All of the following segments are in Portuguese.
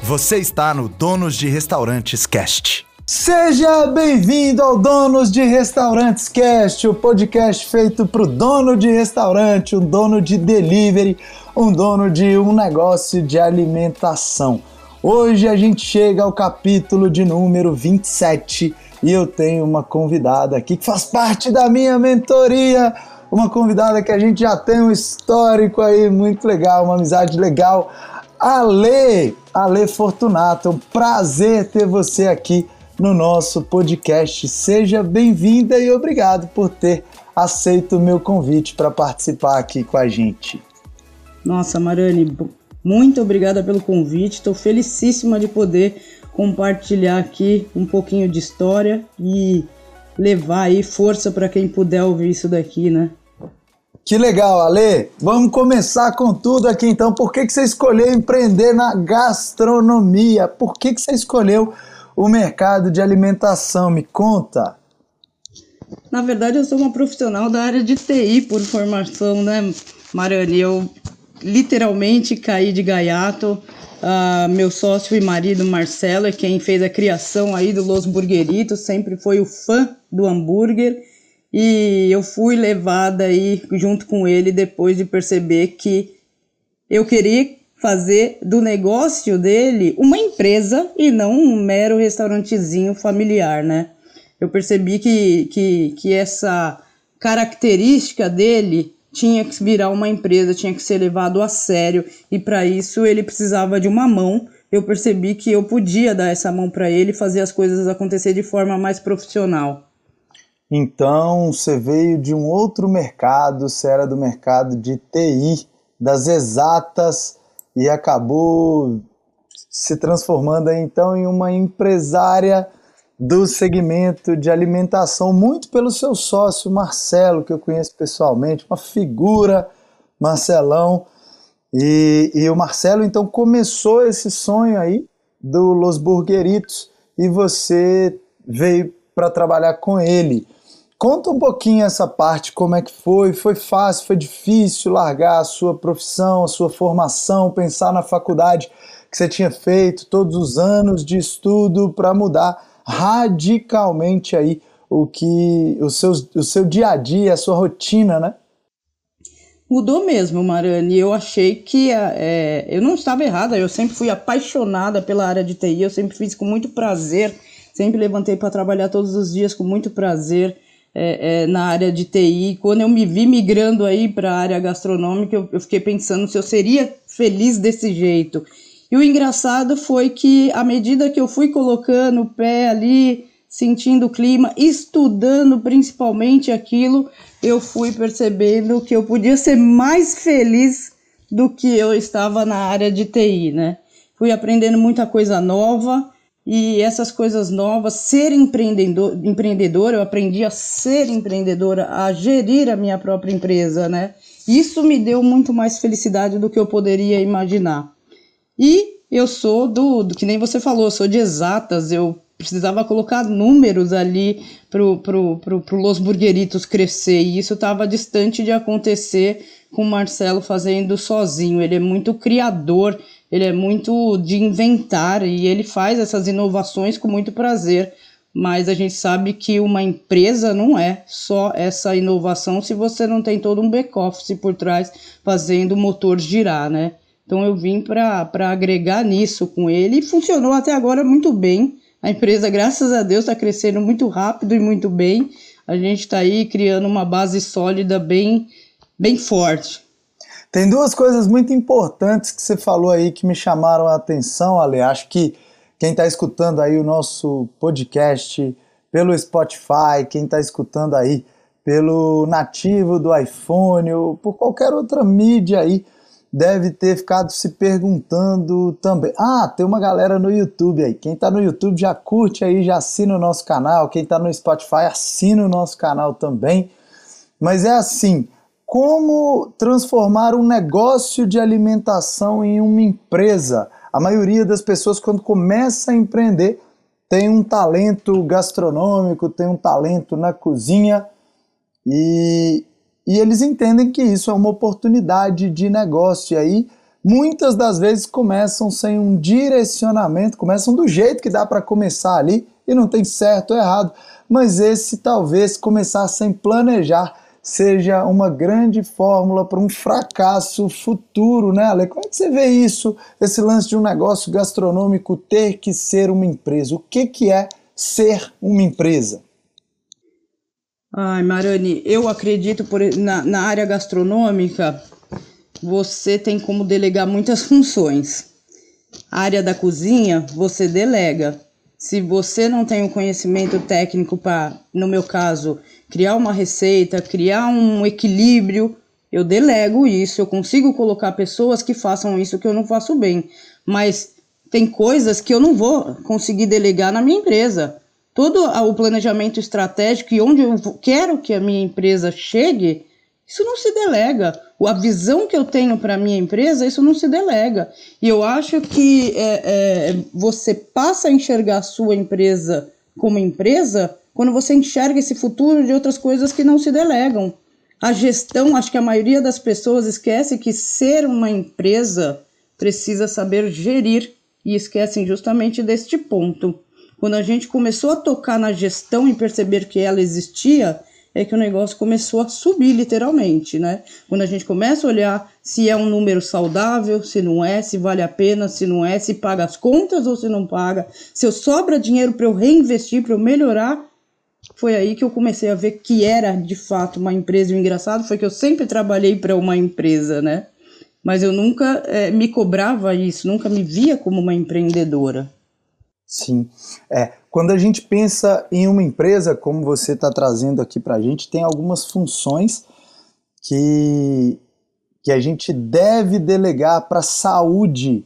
Você está no Donos de Restaurantes Cast. Seja bem-vindo ao Donos de Restaurantes Cast, o podcast feito para o dono de restaurante, um dono de delivery, um dono de um negócio de alimentação. Hoje a gente chega ao capítulo de número 27 e eu tenho uma convidada aqui que faz parte da minha mentoria, uma convidada que a gente já tem um histórico aí muito legal, uma amizade legal, Ale Fortunato. Um prazer ter você aqui no nosso podcast. Seja bem-vinda e obrigado por ter aceito o meu convite para participar aqui com a gente. Nossa, Marani, muito obrigada pelo convite. Estou felicíssima de poder compartilhar aqui um pouquinho de história e levar aí força para quem puder ouvir isso daqui, né? Que legal, Ale! Vamos começar com tudo aqui então. Por que você escolheu empreender na gastronomia? Por que você escolheu o mercado de alimentação? Me conta. Na verdade, eu sou uma profissional da área de TI por formação, né, Marani? Eu literalmente caí de gaiato. Meu sócio e marido, Marcelo, é quem fez a criação aí do Los Burgeritos, sempre foi o fã do hambúrguer. E eu fui levada aí junto com ele depois de perceber que eu queria fazer do negócio dele uma empresa e não um mero restaurantezinho familiar, né? Eu percebi que essa característica dele tinha que virar uma empresa, tinha que ser levado a sério, e para isso ele precisava de uma mão. Eu percebi que eu podia dar essa mão para ele e fazer as coisas acontecer de forma mais profissional. Então, você veio de um outro mercado, você era do mercado de TI, das exatas, e acabou se transformando então em uma empresária do segmento de alimentação, muito pelo seu sócio Marcelo, que eu conheço pessoalmente, uma figura, Marcelão. E o Marcelo então começou esse sonho aí do Los Burgeritos e você veio para trabalhar com ele. Conta um pouquinho essa parte, como é que foi? Foi fácil, foi difícil largar a sua profissão, a sua formação, pensar na faculdade que você tinha feito, todos os anos de estudo para mudar radicalmente aí o seu dia a dia, a sua rotina, né? Mudou mesmo, Marani. Eu achei que eu não estava errada, eu sempre fui apaixonada pela área de TI, eu sempre fiz com muito prazer, sempre levantei para trabalhar todos os dias com muito prazer. Na área de TI, quando eu me vi migrando aí para a área gastronômica, eu fiquei pensando se eu seria feliz desse jeito. E o engraçado foi que, à medida que eu fui colocando o pé ali, sentindo o clima, estudando principalmente aquilo, eu fui percebendo que eu podia ser mais feliz do que eu estava na área de TI, né? Fui aprendendo muita coisa nova. E essas coisas novas, ser empreendedor, eu aprendi a ser empreendedora, a gerir a minha própria empresa, né? Isso me deu muito mais felicidade do que eu poderia imaginar. E eu sou que nem você falou, sou de exatas, eu precisava colocar números ali pro Los Burgeritos crescer, e isso estava distante de acontecer com o Marcelo fazendo sozinho. Ele é muito criador, ele é muito de inventar e ele faz essas inovações com muito prazer, mas a gente sabe que uma empresa não é só essa inovação se você não tem todo um back-office por trás fazendo o motor girar, né? Então eu vim para agregar nisso com ele e funcionou até agora muito bem. A empresa, graças a Deus, está crescendo muito rápido e muito bem. A gente está aí criando uma base sólida bem forte. Tem duas coisas muito importantes que você falou aí que me chamaram a atenção, Ale. Acho que quem está escutando aí o nosso podcast pelo Spotify, quem está escutando aí pelo nativo do iPhone ou por qualquer outra mídia aí, deve ter ficado se perguntando também. Tem uma galera no YouTube aí. Quem está no YouTube já curte aí, já assina o nosso canal. Quem está no Spotify assina o nosso canal também. Mas é assim, como transformar um negócio de alimentação em uma empresa? A maioria das pessoas, quando começa a empreender, tem um talento gastronômico, tem um talento na cozinha e eles entendem que isso é uma oportunidade de negócio. E aí muitas das vezes começam sem um direcionamento, começam do jeito que dá para começar ali, e não tem certo ou errado, mas esse talvez começar sem planejar seja uma grande fórmula para um fracasso futuro, né, Ale? Como é que você vê isso, esse lance de um negócio gastronômico ter que ser uma empresa? O que é ser uma empresa? Ai, Marani, eu acredito na área gastronômica, você tem como delegar muitas funções. A área da cozinha, você delega. Se você não tem o conhecimento técnico para, no meu caso, criar uma receita, criar um equilíbrio, eu delego isso, eu consigo colocar pessoas que façam isso que eu não faço bem. Mas tem coisas que eu não vou conseguir delegar na minha empresa. Todo o planejamento estratégico e onde eu quero que a minha empresa chegue, isso não se delega. A visão que eu tenho para a minha empresa, isso não se delega. E eu acho que você passa a enxergar a sua empresa como empresa quando você enxerga esse futuro de outras coisas que não se delegam. A gestão, acho que a maioria das pessoas esquece que ser uma empresa precisa saber gerir e esquecem justamente deste ponto. Quando a gente começou a tocar na gestão e perceber que ela existia, é que o negócio começou a subir literalmente, né? Quando a gente começa a olhar se é um número saudável, se não é, se vale a pena, se não é, se paga as contas ou se não paga, se eu sobra dinheiro para eu reinvestir, para eu melhorar, foi aí que eu comecei a ver que era de fato uma empresa. E o engraçado foi que eu sempre trabalhei para uma empresa, né? Mas eu nunca me cobrava isso, nunca me via como uma empreendedora. Sim, quando a gente pensa em uma empresa, como você está trazendo aqui para a gente, tem algumas funções que a gente deve delegar para a saúde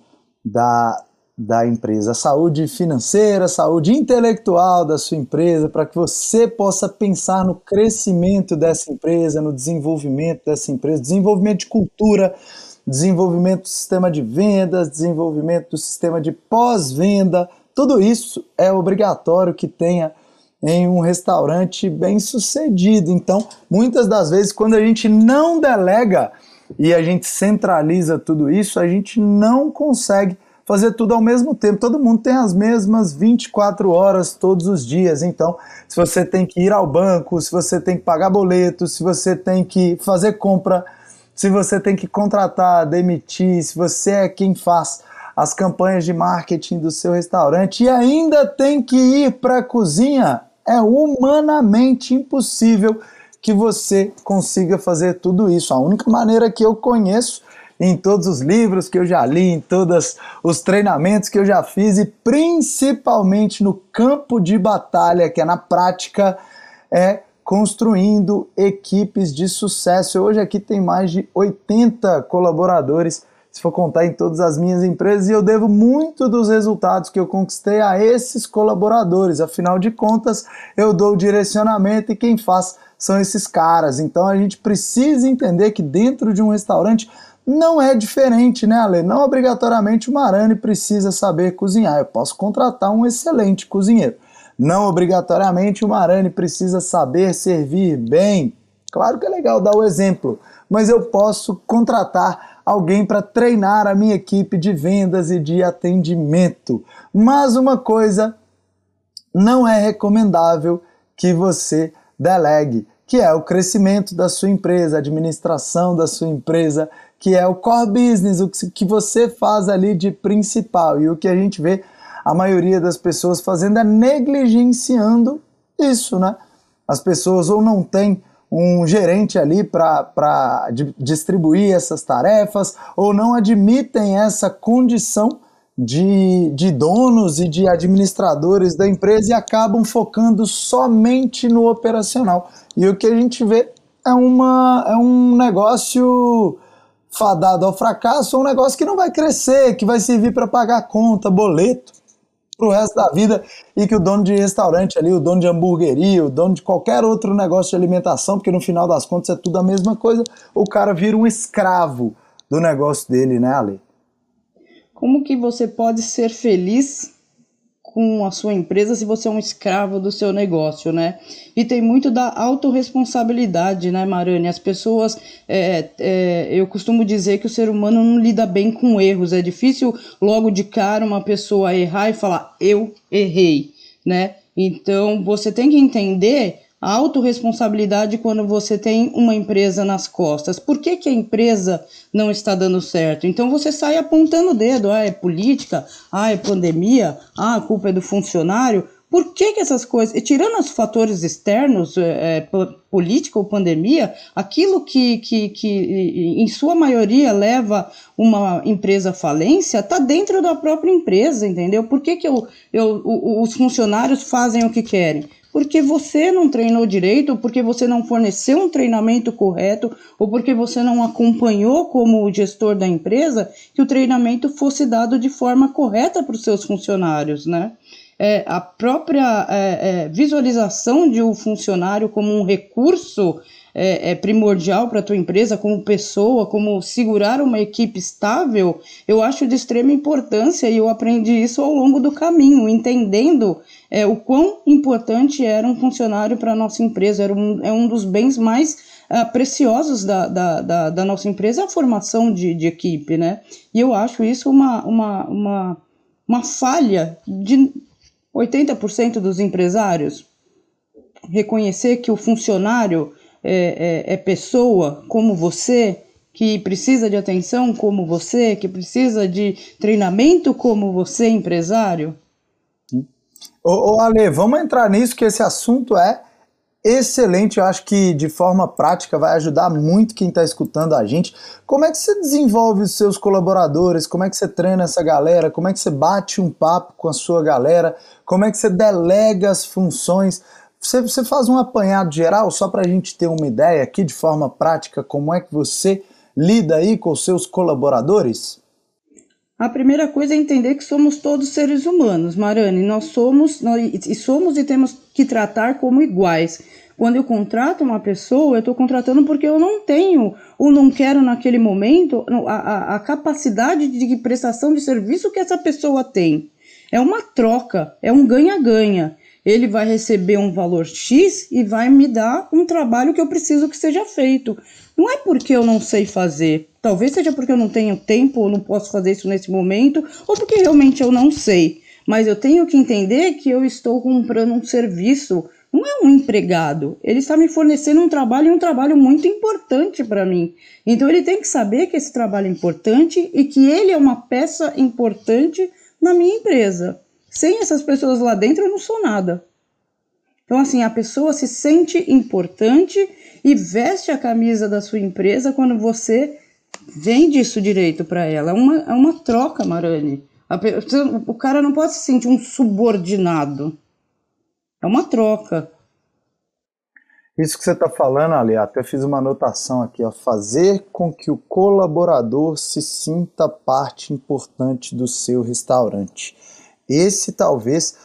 da empresa, a saúde financeira, a saúde intelectual da sua empresa, para que você possa pensar no crescimento dessa empresa, no desenvolvimento dessa empresa, desenvolvimento de cultura, desenvolvimento do sistema de vendas, desenvolvimento do sistema de pós-venda. Tudo isso é obrigatório que tenha em um restaurante bem sucedido. Então, muitas das vezes, quando a gente não delega e a gente centraliza tudo isso, a gente não consegue fazer tudo ao mesmo tempo. Todo mundo tem as mesmas 24 horas todos os dias. Então, se você tem que ir ao banco, se você tem que pagar boleto, se você tem que fazer compra, se você tem que contratar, demitir, se você é quem faz as campanhas de marketing do seu restaurante e ainda tem que ir para a cozinha, é humanamente impossível que você consiga fazer tudo isso. A única maneira que eu conheço, em todos os livros que eu já li, em todos os treinamentos que eu já fiz e principalmente no campo de batalha, que é na prática, é construindo equipes de sucesso. Hoje aqui tem mais de 80 colaboradores, se for contar em todas as minhas empresas, e eu devo muito dos resultados que eu conquistei a esses colaboradores. Afinal de contas, eu dou o direcionamento e quem faz são esses caras. Então a gente precisa entender que dentro de um restaurante não é diferente, né, Ale? Não obrigatoriamente o Marani precisa saber cozinhar. Eu posso contratar um excelente cozinheiro. Não obrigatoriamente o Marani precisa saber servir bem. Claro que é legal dar o exemplo, mas eu posso contratar alguém para treinar a minha equipe de vendas e de atendimento. Mas uma coisa não é recomendável que você delegue, que é o crescimento da sua empresa, a administração da sua empresa, que é o core business, o que você faz ali de principal. E o que a gente vê a maioria das pessoas fazendo é negligenciando isso, né? As pessoas ou não têm um gerente ali para distribuir essas tarefas, ou não admitem essa condição de donos e de administradores da empresa e acabam focando somente no operacional. E o que a gente vê é um negócio fadado ao fracasso, um negócio que não vai crescer, que vai servir para pagar conta, boleto, pro resto da vida, e que o dono de restaurante ali, o dono de hamburgueria, o dono de qualquer outro negócio de alimentação, porque no final das contas é tudo a mesma coisa, o cara vira um escravo do negócio dele, né, Ale? Como que você pode ser feliz com a sua empresa se você é um escravo do seu negócio, né? E tem muito da autorresponsabilidade, né, Marani? As pessoas, eu costumo dizer que o ser humano não lida bem com erros. É difícil logo de cara uma pessoa errar e falar, eu errei, né? Então, você tem que entender a autorresponsabilidade quando você tem uma empresa nas costas. Por que a empresa não está dando certo? Então você sai apontando o dedo, é política, é pandemia, a culpa é do funcionário. Por que essas coisas, e tirando os fatores externos, política ou pandemia, aquilo que em sua maioria leva uma empresa à falência, está dentro da própria empresa, entendeu? Por que os funcionários fazem o que querem? Porque você não treinou direito, ou porque você não forneceu um treinamento correto, ou porque você não acompanhou como gestor da empresa que o treinamento fosse dado de forma correta para os seus funcionários, né? A própria visualização de um funcionário como um recurso primordial para a tua empresa, como pessoa, como segurar uma equipe estável, eu acho de extrema importância e eu aprendi isso ao longo do caminho, entendendo o quão importante era um funcionário para a nossa empresa. É um dos bens mais preciosos da nossa empresa, a formação de equipe, né? E eu acho isso uma falha de 80% dos empresários. Reconhecer que o funcionário é pessoa como você, que precisa de atenção como você, que precisa de treinamento como você, empresário. Ô Ale, vamos entrar nisso, que esse assunto é excelente. Eu acho que de forma prática vai ajudar muito quem está escutando a gente. Como é que você desenvolve os seus colaboradores? Como é que você treina essa galera? Como é que você bate um papo com a sua galera? Como é que você delega as funções? Você faz um apanhado geral, só para a gente ter uma ideia aqui de forma prática, como é que você lida aí com os seus colaboradores? A primeira coisa é entender que somos todos seres humanos, Marani. Nós somos e temos que tratar como iguais. Quando eu contrato uma pessoa, eu estou contratando porque eu não tenho ou não quero naquele momento a capacidade de prestação de serviço que essa pessoa tem. É uma troca, é um ganha-ganha. Ele vai receber um valor X e vai me dar um trabalho que eu preciso que seja feito. Não é porque eu não sei fazer, talvez seja porque eu não tenho tempo ou não posso fazer isso nesse momento, ou porque realmente eu não sei. Mas eu tenho que entender que eu estou comprando um serviço, não é um empregado. Ele está me fornecendo um trabalho e um trabalho muito importante para mim. Então ele tem que saber que esse trabalho é importante e que ele é uma peça importante na minha empresa. Sem essas pessoas lá dentro, eu não sou nada. Então, assim, a pessoa se sente importante e veste a camisa da sua empresa quando você vende isso direito para ela. É uma troca, Marani. O cara não pode se sentir um subordinado. É uma troca. Isso que você está falando, Ale, até fiz uma anotação aqui, ó, fazer com que o colaborador se sinta parte importante do seu restaurante. Essa talvez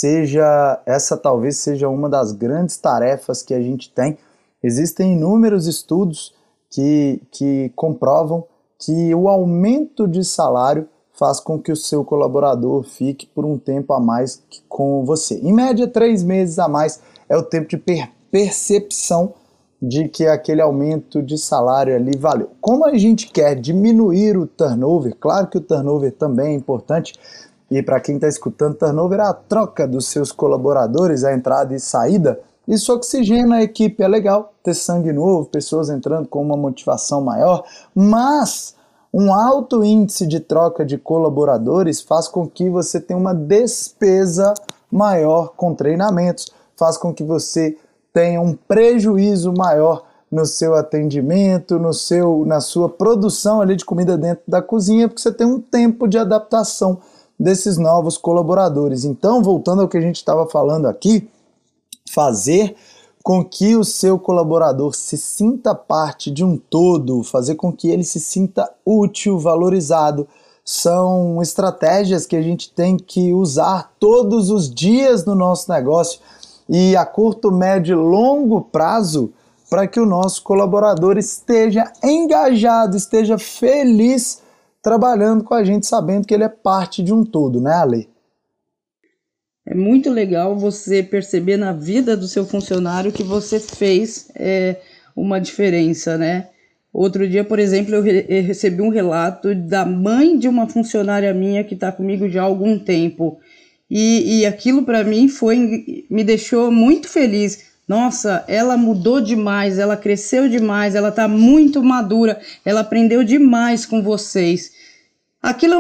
seja uma das grandes tarefas que a gente tem. Existem inúmeros estudos que comprovam que o aumento de salário faz com que o seu colaborador fique por um tempo a mais com você. Em média, 3 meses a mais é o tempo de percepção de que aquele aumento de salário ali valeu. Como a gente quer diminuir o turnover, claro que o turnover também é importante, e para quem está escutando, turnover é a troca dos seus colaboradores, a entrada e saída. Isso oxigena a equipe, é legal ter sangue novo, pessoas entrando com uma motivação maior, mas um alto índice de troca de colaboradores faz com que você tenha uma despesa maior com treinamentos, faz com que você tenha um prejuízo maior no seu atendimento, na sua produção ali de comida dentro da cozinha, porque você tem um tempo de adaptação desses novos colaboradores. Então, voltando ao que a gente estava falando aqui, fazer com que o seu colaborador se sinta parte de um todo, fazer com que ele se sinta útil, valorizado, são estratégias que a gente tem que usar todos os dias no nosso negócio e a curto, médio e longo prazo para que o nosso colaborador esteja engajado, esteja feliz trabalhando com a gente, sabendo que ele é parte de um todo, né, Ale? É muito legal você perceber na vida do seu funcionário que você fez uma diferença, né? Outro dia, por exemplo, eu recebi um relato da mãe de uma funcionária minha que está comigo já há algum tempo. E aquilo para mim me deixou muito feliz. Nossa, ela mudou demais, ela cresceu demais, ela está muito madura, ela aprendeu demais com vocês. Aquilo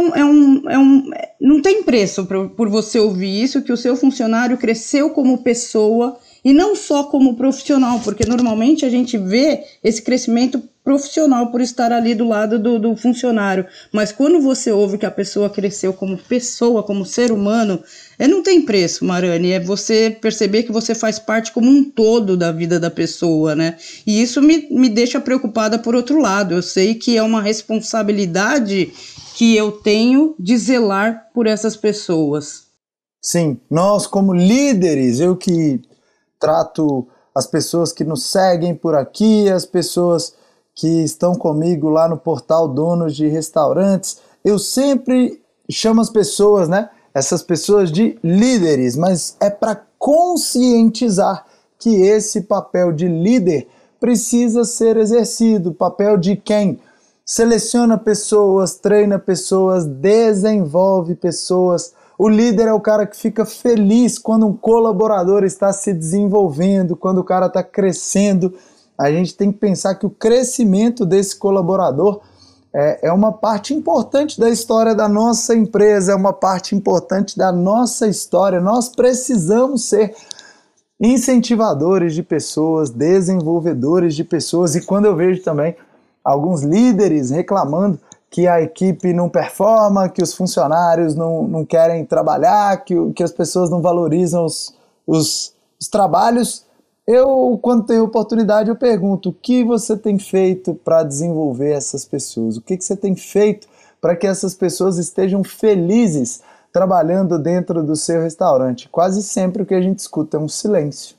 não tem preço por você ouvir isso, que o seu funcionário cresceu como pessoa e não só como profissional, porque normalmente a gente vê esse crescimento profissional por estar ali do lado do funcionário, mas quando você ouve que a pessoa cresceu como pessoa, como ser humano, não tem preço, Marani, é você perceber que você faz parte como um todo da vida da pessoa, né? E isso me deixa preocupada por outro lado. Eu sei que é uma responsabilidade que eu tenho de zelar por essas pessoas. Sim, nós como líderes, eu que trato as pessoas que nos seguem por aqui, as pessoas que estão comigo lá no portal Donos de Restaurantes, eu sempre chamo as pessoas, né, essas pessoas de líderes, mas é para conscientizar que esse papel de líder precisa ser exercido, o papel de quem seleciona pessoas, treina pessoas, desenvolve pessoas. O líder é o cara que fica feliz quando um colaborador está se desenvolvendo, quando o cara está crescendo. A gente tem que pensar que o crescimento desse colaborador é uma parte importante da história da nossa empresa, é uma parte importante da nossa história. Nós precisamos ser incentivadores de pessoas, desenvolvedores de pessoas. E quando eu vejo também alguns líderes reclamando que a equipe não performa, que os funcionários não querem trabalhar, que as pessoas não valorizam os trabalhos, eu, quando tenho oportunidade, eu pergunto: o que você tem feito para desenvolver essas pessoas? O que você tem feito para que essas pessoas estejam felizes trabalhando dentro do seu restaurante? Quase sempre o que a gente escuta é um silêncio.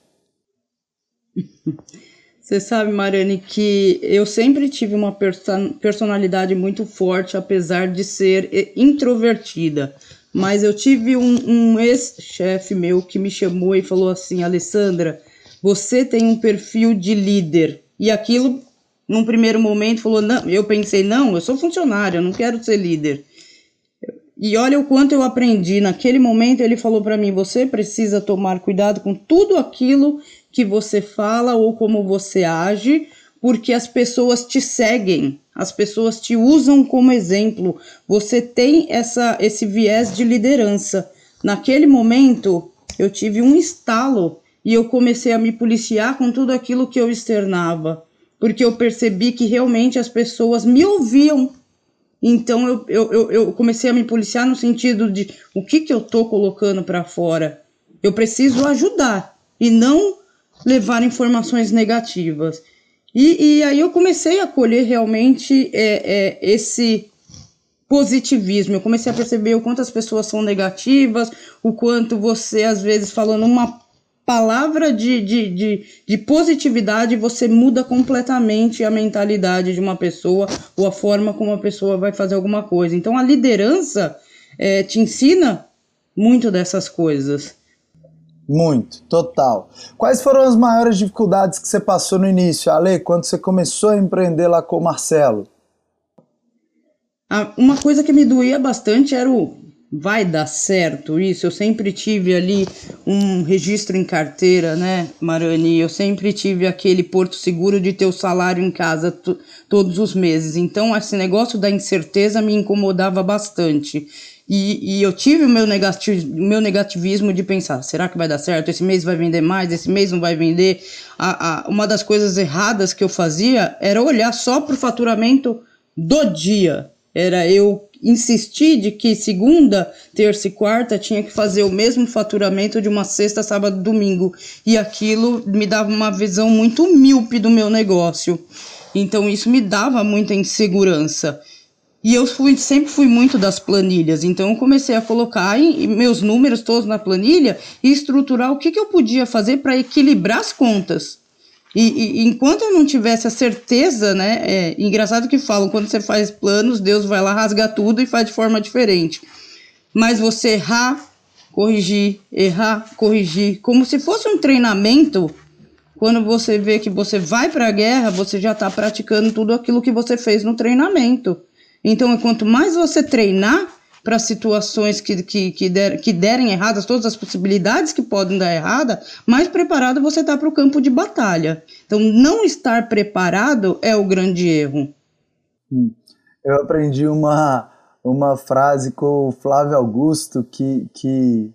Você sabe, Marani, que eu sempre tive uma personalidade muito forte, apesar de ser introvertida. Mas eu tive um ex-chefe meu que me chamou e falou assim: Alessandra, você tem um perfil de líder. E aquilo, num primeiro momento, falou, não, eu pensei, não, eu sou funcionário, eu não quero ser líder. E olha o quanto eu aprendi. Naquele momento ele falou para mim: você precisa tomar cuidado com tudo aquilo que você fala ou como você age, porque as pessoas te seguem, as pessoas te usam como exemplo. Você tem esse viés de liderança. Naquele momento eu tive um estalo e eu comecei a me policiar com tudo aquilo que eu externava, porque eu percebi que realmente as pessoas me ouviam. Então eu comecei a me policiar no sentido de o que eu estou colocando para fora. Eu preciso ajudar e não levar informações negativas. E aí eu comecei a colher realmente esse positivismo. Eu comecei a perceber o quanto as pessoas são negativas, o quanto você, às vezes, falando uma palavra de positividade, você muda completamente a mentalidade de uma pessoa ou a forma como a pessoa vai fazer alguma coisa. Então a liderança te ensina muito dessas coisas. Muito, total. Quais foram as maiores dificuldades que você passou no início, Ale, quando você começou a empreender lá com o Marcelo? Uma coisa que me doía bastante era vai dar certo isso? Eu sempre tive ali um registro em carteira, né, Marani? Eu sempre tive aquele porto seguro de ter o salário em casa todos os meses. Então, esse negócio da incerteza me incomodava bastante. E eu tive o meu negativismo de pensar: será que vai dar certo? Esse mês vai vender mais? Esse mês não vai vender? Uma das coisas erradas que eu fazia era olhar só para o faturamento do dia. Era eu insistir de que segunda, terça e quarta tinha que fazer o mesmo faturamento de uma sexta, sábado, domingo. E aquilo me dava uma visão muito míope do meu negócio. Então isso me dava muita insegurança. E eu sempre fui muito das planilhas, então eu comecei a colocar meus números todos na planilha e estruturar o que eu podia fazer para equilibrar as contas. E enquanto eu não tivesse a certeza, né, engraçado que falam, quando você faz planos, Deus vai lá, rasga tudo e faz de forma diferente. Mas você errar, corrigir, errar, corrigir, como se fosse um treinamento. Quando você vê que você vai para a guerra, você já está praticando tudo aquilo que você fez no treinamento. Então, quanto mais você treinar para situações que derem erradas, todas as possibilidades que podem dar errada, mais preparado você está para o campo de batalha. Então, não estar preparado é o grande erro. Eu aprendi uma frase com o Flávio Augusto que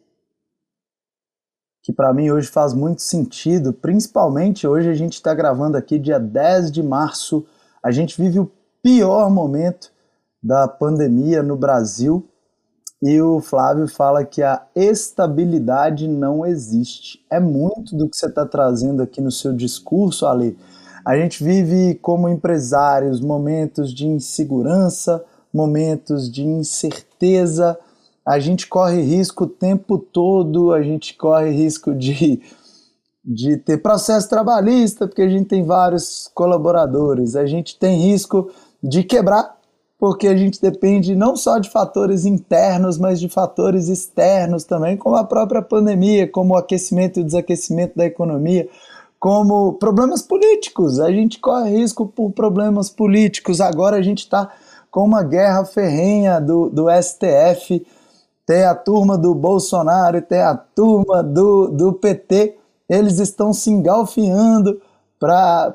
para mim hoje faz muito sentido, principalmente hoje a gente está gravando aqui dia 10 de março, a gente vive o pior momento da pandemia no Brasil e o Flávio fala que a estabilidade não existe. É muito do que você está trazendo aqui no seu discurso, Ale. A gente vive como empresários momentos de insegurança, momentos de incerteza, a gente corre risco o tempo todo, a gente corre risco de ter processo trabalhista, porque a gente tem vários colaboradores, a gente tem risco de quebrar, porque a gente depende não só de fatores internos, mas de fatores externos também, como a própria pandemia, como o aquecimento e o desaquecimento da economia, como problemas políticos, a gente corre risco por problemas políticos, agora a gente está com uma guerra ferrenha do STF, tem a turma do Bolsonaro e tem a turma do PT, eles estão se engalfinhando para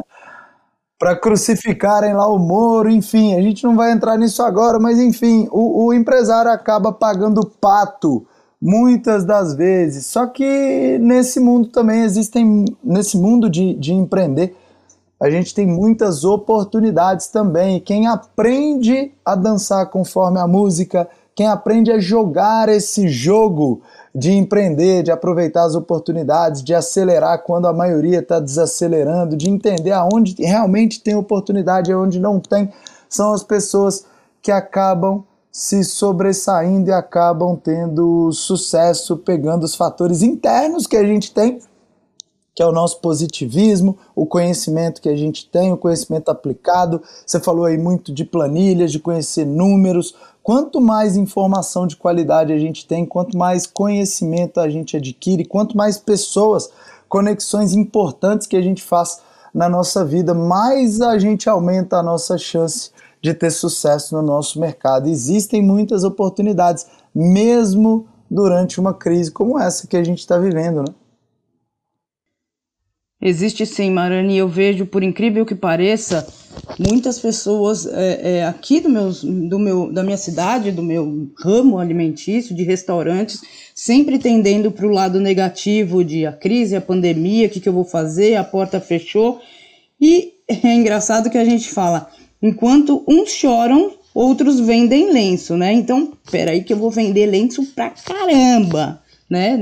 crucificarem lá o Moro, enfim, a gente não vai entrar nisso agora, mas enfim, o empresário acaba pagando pato muitas das vezes, só que nesse mundo também nesse mundo de empreender, a gente tem muitas oportunidades também, quem aprende a dançar conforme a música, quem aprende a jogar esse jogo de empreender, de aproveitar as oportunidades, de acelerar quando a maioria está desacelerando, de entender aonde realmente tem oportunidade e aonde não tem, são as pessoas que acabam se sobressaindo e acabam tendo sucesso, pegando os fatores internos que a gente tem, que é o nosso positivismo, o conhecimento que a gente tem, o conhecimento aplicado. Você falou aí muito de planilhas, de conhecer números. Quanto mais informação de qualidade a gente tem, quanto mais conhecimento a gente adquire, quanto mais pessoas, conexões importantes que a gente faz na nossa vida, mais a gente aumenta a nossa chance de ter sucesso no nosso mercado. Existem muitas oportunidades, mesmo durante uma crise como essa que a gente está vivendo, né? Existe sim, Marani, e eu vejo, por incrível que pareça, muitas pessoas aqui da minha cidade, do meu ramo alimentício, de restaurantes, sempre tendendo para o lado negativo de a crise, a pandemia, o que eu vou fazer, a porta fechou. E é engraçado que a gente fala, enquanto uns choram, outros vendem lenço, né? Então, peraí que eu vou vender lenço pra caramba, né?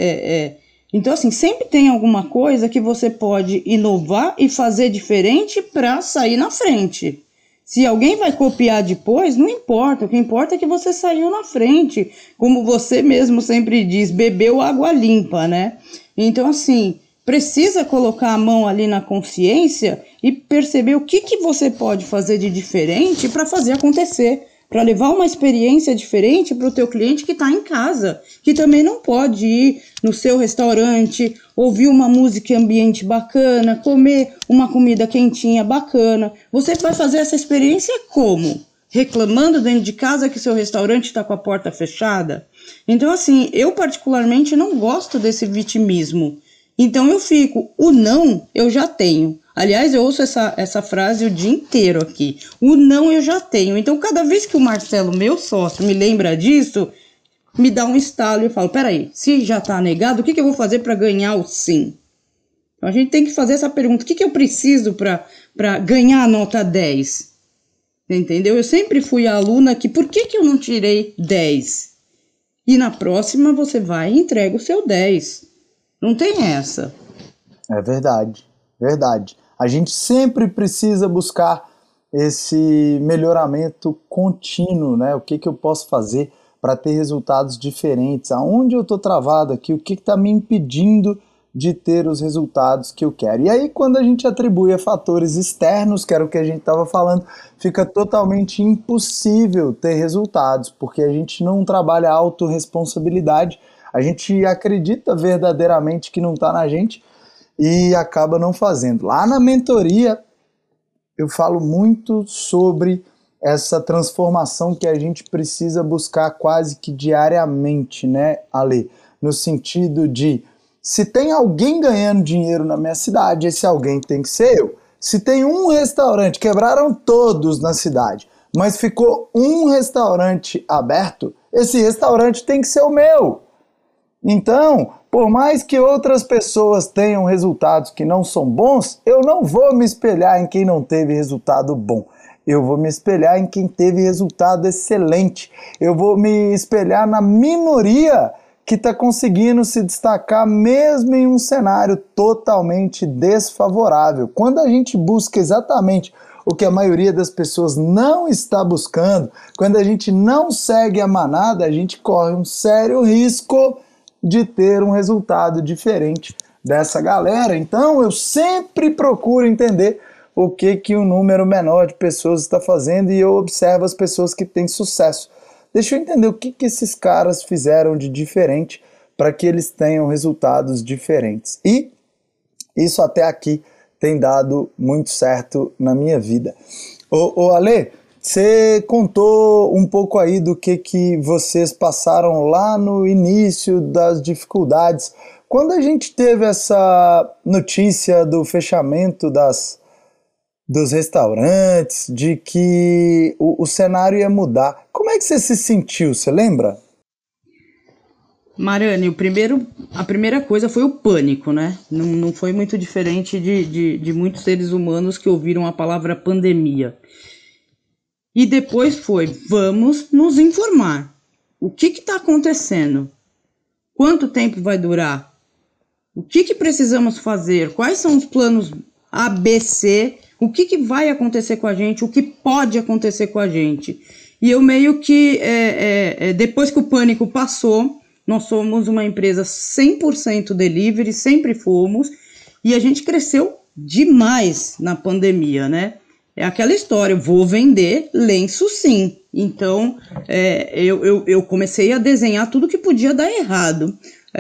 Então, assim, sempre tem alguma coisa que você pode inovar e fazer diferente para sair na frente. Se alguém vai copiar depois, não importa. O que importa é que você saiu na frente. Como você mesmo sempre diz, bebeu água limpa, né? Então, assim, precisa colocar a mão ali na consciência e perceber o que você pode fazer de diferente para fazer acontecer. Para levar uma experiência diferente para o teu cliente que está em casa, que também não pode ir no seu restaurante, ouvir uma música em ambiente bacana, comer uma comida quentinha bacana. Você vai fazer essa experiência como? Reclamando dentro de casa que seu restaurante está com a porta fechada? Então, assim, eu particularmente não gosto desse vitimismo. Então eu fico, o não eu já tenho. Aliás, eu ouço essa frase o dia inteiro aqui. O não eu já tenho. Então, cada vez que o Marcelo, meu sócio, me lembra disso, me dá um estalo e eu falo, peraí, se já tá negado, o que eu vou fazer para ganhar o sim? Então, a gente tem que fazer essa pergunta, o que eu preciso para ganhar a nota 10? Entendeu? Eu sempre fui a aluna que, por que eu não tirei 10? E na próxima você vai e entrega o seu 10. Não tem essa. É verdade, verdade. A gente sempre precisa buscar esse melhoramento contínuo, né? O que eu posso fazer para ter resultados diferentes? Aonde eu estou travado aqui? O que está me impedindo de ter os resultados que eu quero. E aí, quando a gente atribui a fatores externos, que era o que a gente estava falando, fica totalmente impossível ter resultados, porque a gente não trabalha a autorresponsabilidade, a gente acredita verdadeiramente que não está na gente e acaba não fazendo. Lá na mentoria, eu falo muito sobre essa transformação que a gente precisa buscar quase que diariamente, né, Ale? No sentido de, se tem alguém ganhando dinheiro na minha cidade, esse alguém tem que ser eu. Se tem um restaurante, quebraram todos na cidade, mas ficou um restaurante aberto, esse restaurante tem que ser o meu. Então, por mais que outras pessoas tenham resultados que não são bons, eu não vou me espelhar em quem não teve resultado bom. Eu vou me espelhar em quem teve resultado excelente. Eu vou me espelhar na minoria que está conseguindo se destacar mesmo em um cenário totalmente desfavorável. Quando a gente busca exatamente o que a maioria das pessoas não está buscando, quando a gente não segue a manada, a gente corre um sério risco de ter um resultado diferente dessa galera. Então eu sempre procuro entender o que um número menor de pessoas está fazendo e eu observo as pessoas que têm sucesso. Deixa eu entender o que esses caras fizeram de diferente para que eles tenham resultados diferentes. E isso até aqui tem dado muito certo na minha vida. Ô Ale, você contou um pouco aí do que vocês passaram lá no início das dificuldades. Quando a gente teve essa notícia do fechamento dos restaurantes, de que o cenário ia mudar, como é que você se sentiu? Você lembra? Mariane, a primeira coisa foi o pânico, né? Não foi muito diferente de muitos seres humanos que ouviram a palavra pandemia. E depois foi, vamos nos informar. O que está acontecendo? Quanto tempo vai durar? O que precisamos fazer? Quais são os planos A, B, C? O que vai acontecer com a gente? O que pode acontecer com a gente? E eu meio que, depois que o pânico passou, nós somos uma empresa 100% delivery, sempre fomos, e a gente cresceu demais na pandemia, né? É aquela história, eu vou vender lenço sim. Então, eu comecei a desenhar tudo que podia dar errado.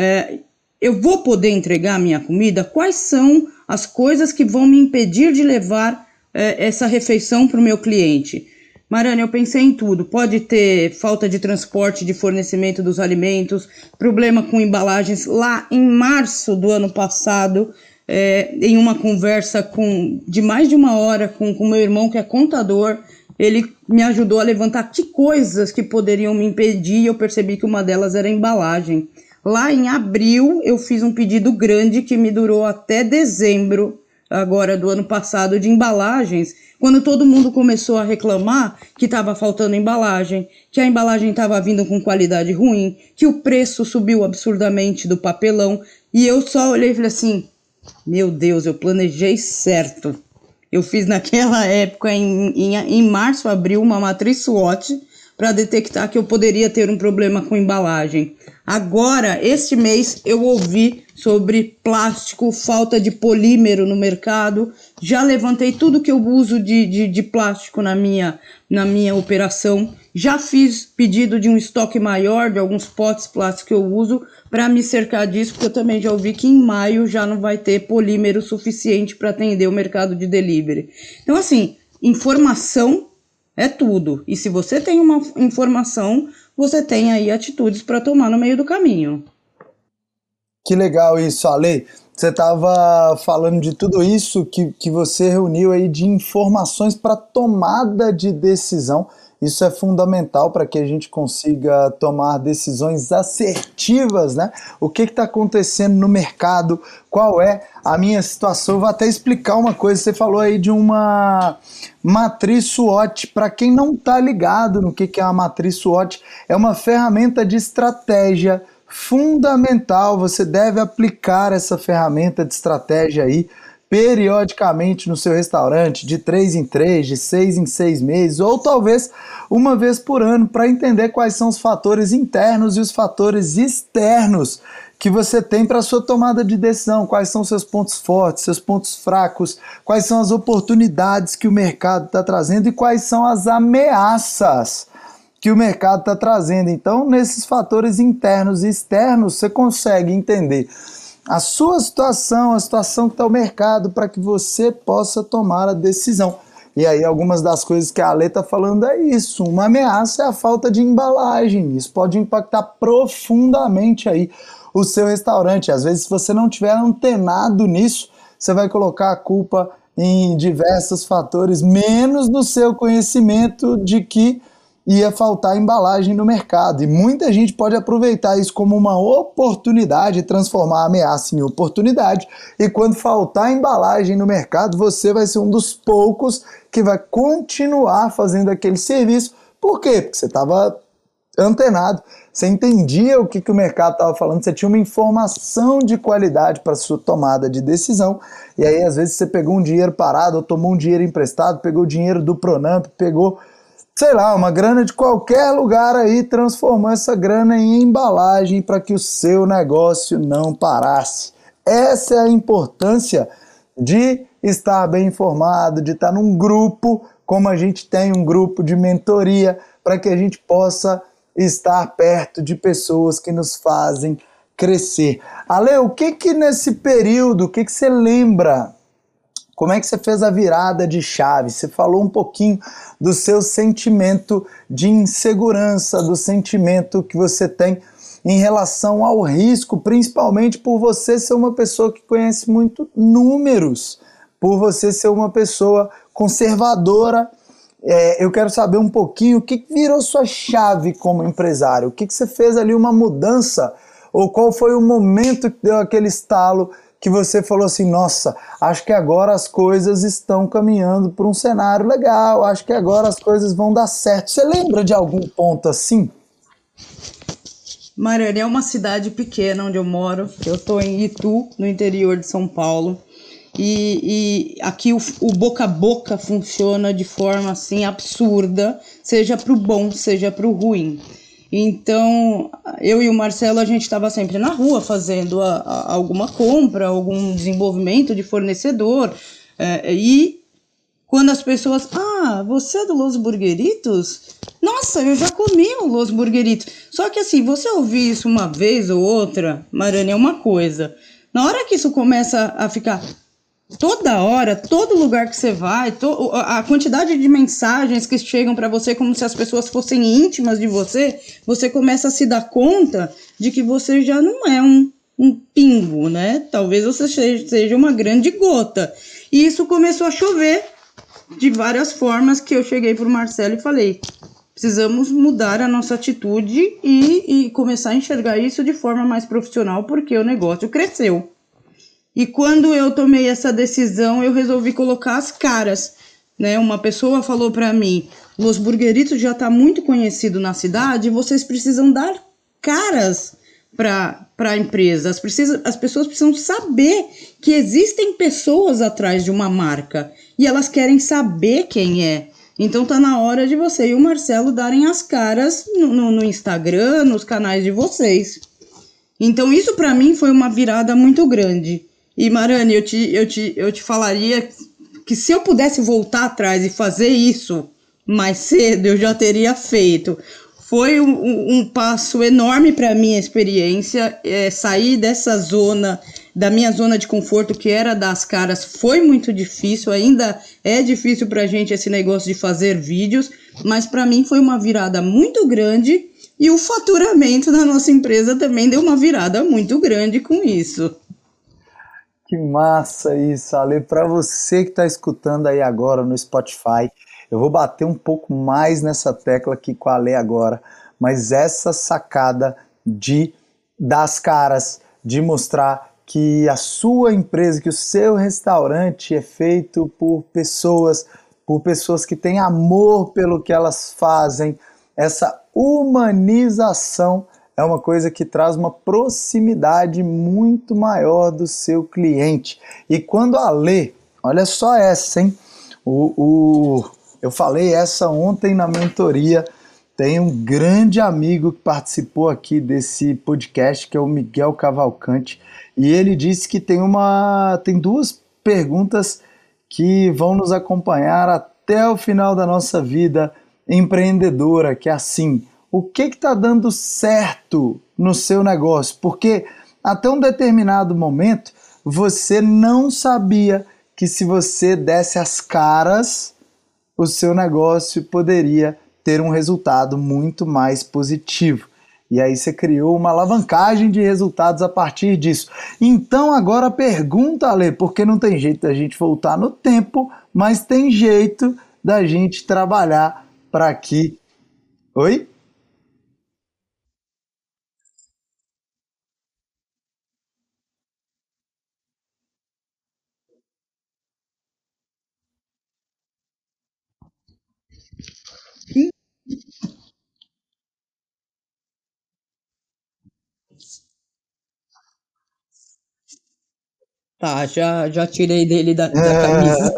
Eu vou poder entregar a minha comida? Quais são as coisas que vão me impedir de levar essa refeição para o meu cliente? Mariane, eu pensei em tudo. Pode ter falta de transporte, de fornecimento dos alimentos, problema com embalagens. Lá em março do ano passado, em uma conversa de mais de uma hora com meu irmão, que é contador, ele me ajudou a levantar que coisas que poderiam me impedir, e eu percebi que uma delas era a embalagem. Lá em abril, eu fiz um pedido grande que me durou até dezembro, agora do ano passado, de embalagens, quando todo mundo começou a reclamar que estava faltando embalagem, que a embalagem estava vindo com qualidade ruim, que o preço subiu absurdamente do papelão, e eu só olhei e falei assim, meu Deus, eu planejei certo. Eu fiz naquela época, em março, abril, uma matriz SWOT para detectar que eu poderia ter um problema com embalagem. Agora, este mês, eu ouvi sobre plástico, falta de polímero no mercado. Já levantei tudo que eu uso de plástico na minha operação. Já fiz pedido de um estoque maior de alguns potes plásticos que eu uso para me cercar disso, porque eu também já ouvi que em maio já não vai ter polímero suficiente para atender o mercado de delivery. Então, assim, informação é tudo. E se você tem uma informação, você tem aí atitudes para tomar no meio do caminho. Que legal isso, Ale. Você estava falando de tudo isso que você reuniu aí de informações para tomada de decisão. Isso é fundamental para que a gente consiga tomar decisões assertivas, né? O que está acontecendo no mercado? Qual é a minha situação? Eu vou até explicar uma coisa. Você falou aí de uma matriz SWOT. Para quem não está ligado no que é a matriz SWOT, é uma ferramenta de estratégia fundamental. Você deve aplicar essa ferramenta de estratégia aí periodicamente no seu restaurante, de 3 em 3, de 6 em 6 meses, ou talvez uma vez por ano, para entender quais são os fatores internos e os fatores externos que você tem para a sua tomada de decisão, quais são seus pontos fortes, seus pontos fracos, quais são as oportunidades que o mercado está trazendo e quais são as ameaças que o mercado está trazendo. Então, nesses fatores internos e externos, você consegue entender a sua situação, a situação que está o mercado, para que você possa tomar a decisão. E aí, algumas das coisas que a Ale está falando é isso. Uma ameaça é a falta de embalagem. Isso pode impactar profundamente aí o seu restaurante. Às vezes, se você não tiver antenado nisso, você vai colocar a culpa em diversos fatores, menos no seu conhecimento de que ia faltar embalagem no mercado. E muita gente pode aproveitar isso como uma oportunidade, transformar a ameaça em oportunidade. E quando faltar embalagem no mercado, você vai ser um dos poucos que vai continuar fazendo aquele serviço. Por quê? Porque você estava antenado, você entendia o que o mercado estava falando, você tinha uma informação de qualidade para sua tomada de decisão. E aí, às vezes, você pegou um dinheiro parado, ou tomou um dinheiro emprestado, pegou o dinheiro do Pronamp, pegou, sei lá, uma grana de qualquer lugar aí, transformou essa grana em embalagem para que o seu negócio não parasse. Essa é a importância de estar bem informado, de estar num grupo, como a gente tem um grupo de mentoria, para que a gente possa estar perto de pessoas que nos fazem crescer. Ale, o que nesse período, o que você lembra? Como é que você fez a virada de chave? Você falou um pouquinho do seu sentimento de insegurança, do sentimento que você tem em relação ao risco, principalmente por você ser uma pessoa que conhece muito números, por você ser uma pessoa conservadora. Eu quero saber um pouquinho o que virou sua chave como empresário, o que você fez ali, uma mudança, ou qual foi o momento que deu aquele estalo que você falou assim, nossa, acho que agora as coisas estão caminhando para um cenário legal, acho que agora as coisas vão dar certo. Você lembra de algum ponto assim? Mariana, é uma cidade pequena onde eu moro. Eu estou em Itu, no interior de São Paulo. E aqui o boca a boca funciona de forma assim absurda, seja para o bom, seja para o ruim. Então, eu e o Marcelo, a gente estava sempre na rua fazendo alguma compra, algum desenvolvimento de fornecedor. E quando as pessoas... Ah, você é do Los Burgueritos? Nossa, eu já comi o Los Burgueritos. Só que assim, você ouvir isso uma vez ou outra, Mariana, é uma coisa. Na hora que isso começa a ficar... Toda hora, todo lugar que você vai, a quantidade de mensagens que chegam para você como se as pessoas fossem íntimas de você, você começa a se dar conta de que você já não é um pingo, né? Talvez você seja uma grande gota. E isso começou a chover de várias formas, que eu cheguei pro Marcelo e falei, precisamos mudar a nossa atitude e começar a enxergar isso de forma mais profissional, porque o negócio cresceu. E quando eu tomei essa decisão, eu resolvi colocar as caras, né? Uma pessoa falou para mim, Los Burgueritos já está muito conhecido na cidade, vocês precisam dar caras para a empresa. As pessoas precisam saber que existem pessoas atrás de uma marca e elas querem saber quem é. Então tá na hora de você e o Marcelo darem as caras no Instagram, nos canais de vocês. Então isso para mim foi uma virada muito grande. E Marane, eu te falaria que se eu pudesse voltar atrás e fazer isso mais cedo, eu já teria feito. Foi um passo enorme para a minha experiência, sair dessa zona, da minha zona de conforto, que era das caras, foi muito difícil, ainda é difícil para a gente esse negócio de fazer vídeos, mas para mim foi uma virada muito grande e o faturamento da nossa empresa também deu uma virada muito grande com isso. Que massa isso, Ale. Para você que está escutando aí agora no Spotify, eu vou bater um pouco mais nessa tecla aqui com a Ale agora, mas essa sacada de dar as caras, de mostrar que a sua empresa, que o seu restaurante é feito por pessoas que têm amor pelo que elas fazem, essa humanização é uma coisa que traz uma proximidade muito maior do seu cliente. E quando a Ale, olha só essa, hein? Eu falei essa ontem na mentoria, Tem um grande amigo que participou aqui desse podcast, que é o Miguel Cavalcante, e ele disse que tem duas perguntas que vão nos acompanhar até o final da nossa vida empreendedora, que é assim: o que está dando certo no seu negócio? Porque até um determinado momento você não sabia que se você desse as caras, o seu negócio poderia ter um resultado muito mais positivo. E aí você criou uma alavancagem de resultados a partir disso. Então agora pergunta, Ale, porque não tem jeito da gente voltar no tempo, mas tem jeito da gente trabalhar para que... Oi? Tá, já tirei dele da camisa.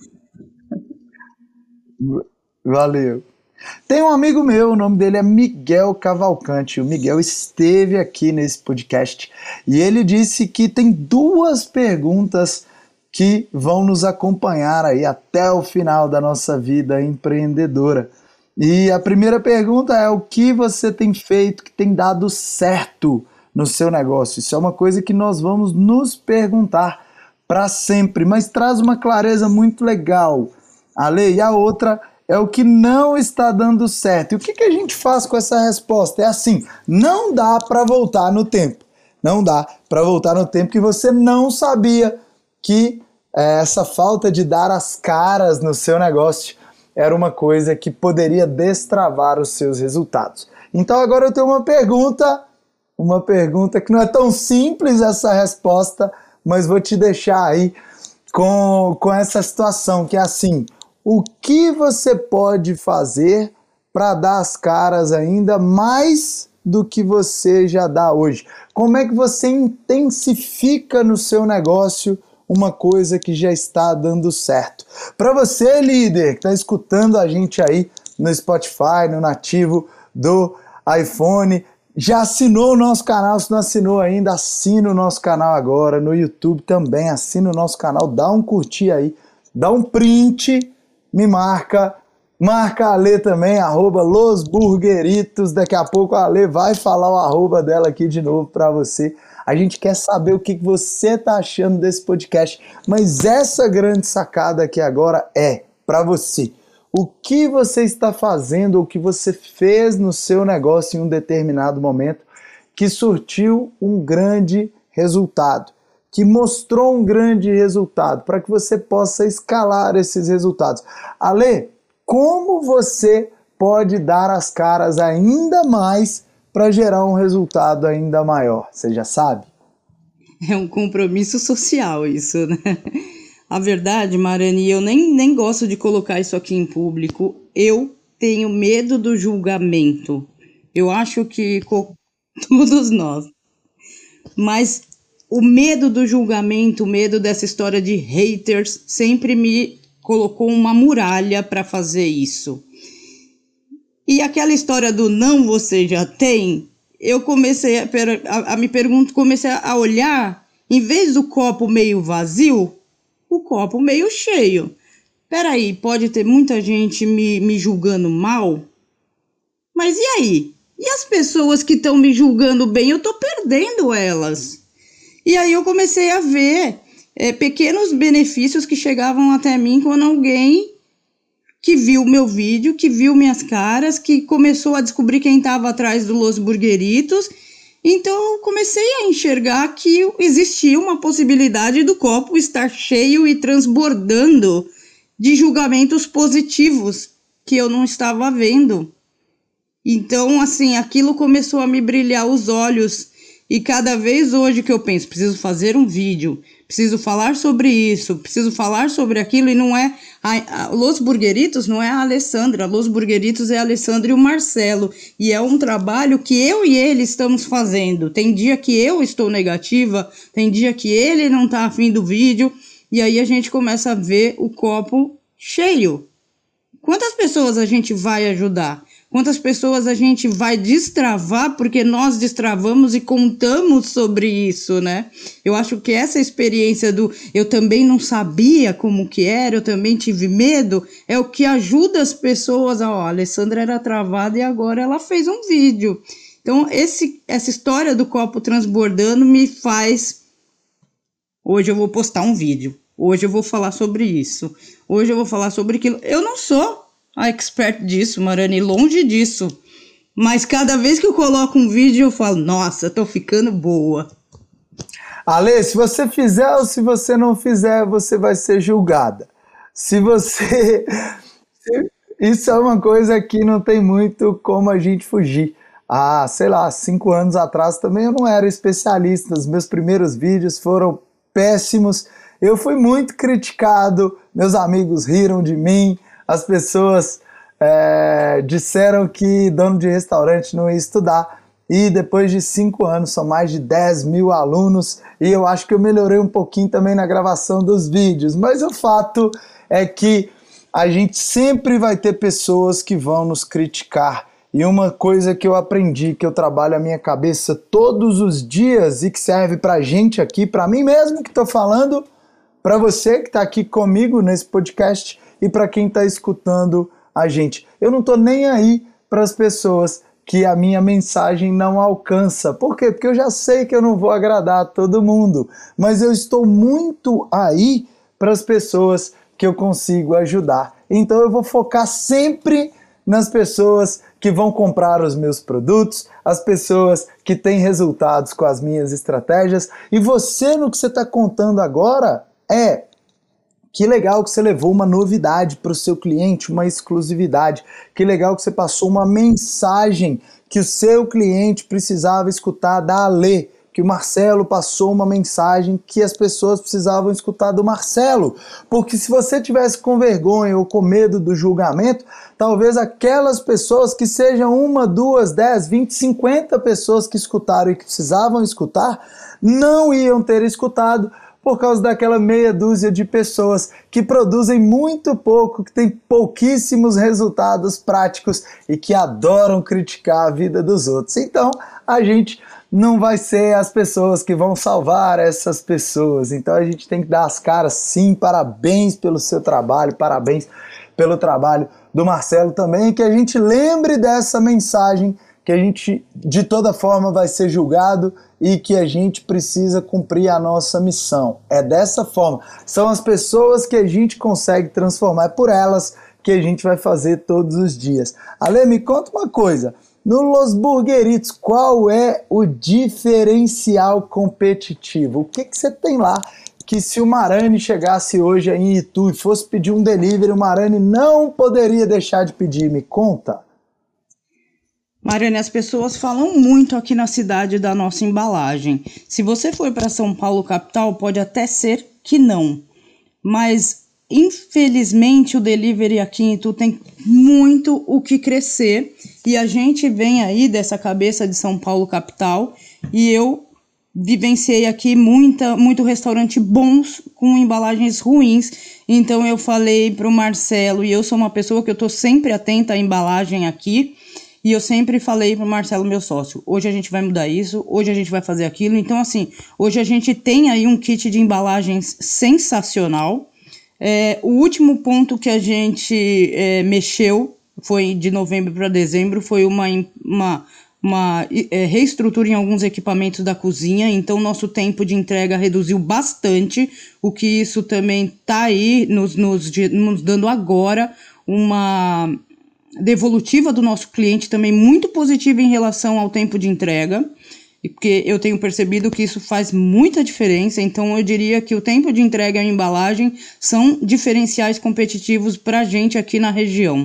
Valeu. Tem um amigo meu, o nome dele é Miguel Cavalcante. O Miguel esteve aqui nesse podcast e ele disse que tem duas perguntas que vão nos acompanhar aí até o final da nossa vida empreendedora. E a primeira pergunta é: o que você tem feito que tem dado certo no seu negócio? Isso é uma coisa que nós vamos nos perguntar para sempre, mas traz uma clareza muito legal, Ale. E a outra é: o que não está dando certo. E o que a gente faz com essa resposta? É assim: não dá para voltar no tempo. Não dá para voltar no tempo que você não sabia que essa falta de dar as caras no seu negócio era uma coisa que poderia destravar os seus resultados. Então agora eu tenho uma pergunta que não é tão simples essa resposta, mas vou te deixar aí com essa situação, que é assim: o que você pode fazer para dar as caras ainda mais do que você já dá hoje? Como é que você intensifica no seu negócio uma coisa que já está dando certo? Para você, líder, que está escutando a gente aí no Spotify, no nativo do iPhone, já assinou o nosso canal? Se não assinou ainda, assina o nosso canal agora. No YouTube também, assina o nosso canal, dá um curtir aí, dá um print, me marca a Ale também, @losburgueritos. Daqui a pouco a Ale vai falar o arroba dela aqui de novo para você. A gente quer saber o que você está achando desse podcast, mas essa grande sacada aqui agora é para você. O que você está fazendo, o que você fez no seu negócio em um determinado momento que surtiu um grande resultado, que mostrou um grande resultado, para que você possa escalar esses resultados. Ale, como você pode dar as caras ainda mais para gerar um resultado ainda maior? Você já sabe? É um compromisso social isso, né? A verdade, Marani, eu nem gosto de colocar isso aqui em público. Eu tenho medo do julgamento. Eu acho que todos nós. Mas o medo do julgamento, o medo dessa história de haters, sempre me colocou uma muralha para fazer isso. E aquela história do não você já tem, eu comecei a me perguntar, comecei a olhar, em vez do copo meio vazio, o copo meio cheio. Peraí, pode ter muita gente me julgando mal? Mas e aí? E as pessoas que estão me julgando bem, eu tô perdendo elas. E aí eu comecei a ver pequenos benefícios que chegavam até mim quando alguém que viu meu vídeo, que viu minhas caras, que começou a descobrir quem estava atrás do Los Burgueritos. Então eu comecei a enxergar que existia uma possibilidade do copo estar cheio e transbordando de julgamentos positivos que eu não estava vendo. Então, assim, aquilo começou a me brilhar os olhos. E cada vez hoje que eu penso, preciso fazer um vídeo, preciso falar sobre isso, preciso falar sobre aquilo, e não é... Los Burgueritos não é a Alessandra, Los Burgueritos é a Alessandra e o Marcelo. E é um trabalho que eu e ele estamos fazendo. Tem dia que eu estou negativa, tem dia que ele não está afim do vídeo, e aí a gente começa a ver o copo cheio. Quantas pessoas a gente vai ajudar? Quantas pessoas a gente vai destravar porque nós destravamos e contamos sobre isso, né? Eu acho que essa experiência do eu também não sabia como que era, eu também tive medo, é o que ajuda as pessoas a, ó, a Alessandra era travada e agora ela fez um vídeo. Então, essa história do copo transbordando me faz... Hoje eu vou postar um vídeo. Hoje eu vou falar sobre isso. Hoje eu vou falar sobre aquilo. Eu não sou a expert disso, Marani, longe disso. Mas cada vez que eu coloco um vídeo, eu falo, nossa, tô ficando boa. Ale, se você fizer ou se você não fizer, você vai ser julgada. Se você... Isso é uma coisa que não tem muito como a gente fugir. Sei lá, 5 anos atrás também eu não era especialista. Os meus primeiros vídeos foram péssimos. Eu fui muito criticado, meus amigos riram de mim, as pessoas disseram que dono de restaurante não ia estudar. E depois de 5 anos, são mais de 10 mil alunos, e eu acho que eu melhorei um pouquinho também na gravação dos vídeos. Mas o fato é que a gente sempre vai ter pessoas que vão nos criticar. E uma coisa que eu aprendi, que eu trabalho a minha cabeça todos os dias e que serve pra gente aqui, pra mim mesmo que tô falando, pra você que tá aqui comigo nesse podcast e pra quem tá escutando a gente. Eu não tô nem aí pras pessoas que a minha mensagem não alcança. Por quê? Porque eu já sei que eu não vou agradar todo mundo, mas eu estou muito aí pras pessoas que eu consigo ajudar. Então eu vou focar sempre nas pessoas que vão comprar os meus produtos, as pessoas que têm resultados com as minhas estratégias. E você, no que você está contando agora, que legal que você levou uma novidade para o seu cliente, uma exclusividade. Que legal que você passou uma mensagem que o seu cliente precisava escutar da Ale, que o Marcelo passou uma mensagem que as pessoas precisavam escutar do Marcelo. Porque se você tivesse com vergonha ou com medo do julgamento, talvez aquelas pessoas que sejam 1, 2, 10, 20, 50 pessoas que escutaram e que precisavam escutar, não iam ter escutado por causa daquela meia dúzia de pessoas que produzem muito pouco, que têm pouquíssimos resultados práticos e que adoram criticar a vida dos outros. Então, a gente não vai ser as pessoas que vão salvar essas pessoas. Então a gente tem que dar as caras, sim, parabéns pelo seu trabalho, parabéns pelo trabalho do Marcelo também, que a gente lembre dessa mensagem, que a gente de toda forma vai ser julgado e que a gente precisa cumprir a nossa missão. É dessa forma. São as pessoas que a gente consegue transformar, é por elas que a gente vai fazer todos os dias. Ale, me conta uma coisa. No Los Burgeritos, qual é o diferencial competitivo? O que você tem lá que se o Marani chegasse hoje aí em Itu e fosse pedir um delivery, o Marani não poderia deixar de pedir? Me conta. Marani, as pessoas falam muito aqui na cidade da nossa embalagem. Se você for para São Paulo capital, pode até ser que não. Mas, infelizmente, o delivery aqui em Itu tem muito o que crescer. E a gente vem aí dessa cabeça de São Paulo capital. E eu vivenciei aqui muito restaurante bons com embalagens ruins. Então eu falei para o Marcelo, e eu sou uma pessoa que eu estou sempre atenta à embalagem aqui. E eu sempre falei pro Marcelo, meu sócio, hoje a gente vai mudar isso, hoje a gente vai fazer aquilo. Então, assim, hoje a gente tem aí um kit de embalagens sensacional. O último ponto que a gente mexeu, foi de novembro para dezembro, foi uma reestrutura em alguns equipamentos da cozinha. Então, nosso tempo de entrega reduziu bastante, o que isso também tá aí nos dando agora uma devolutiva do nosso cliente também muito positiva em relação ao tempo de entrega, porque eu tenho percebido que isso faz muita diferença. Então eu diria que o tempo de entrega e a embalagem são diferenciais competitivos para a gente aqui na região.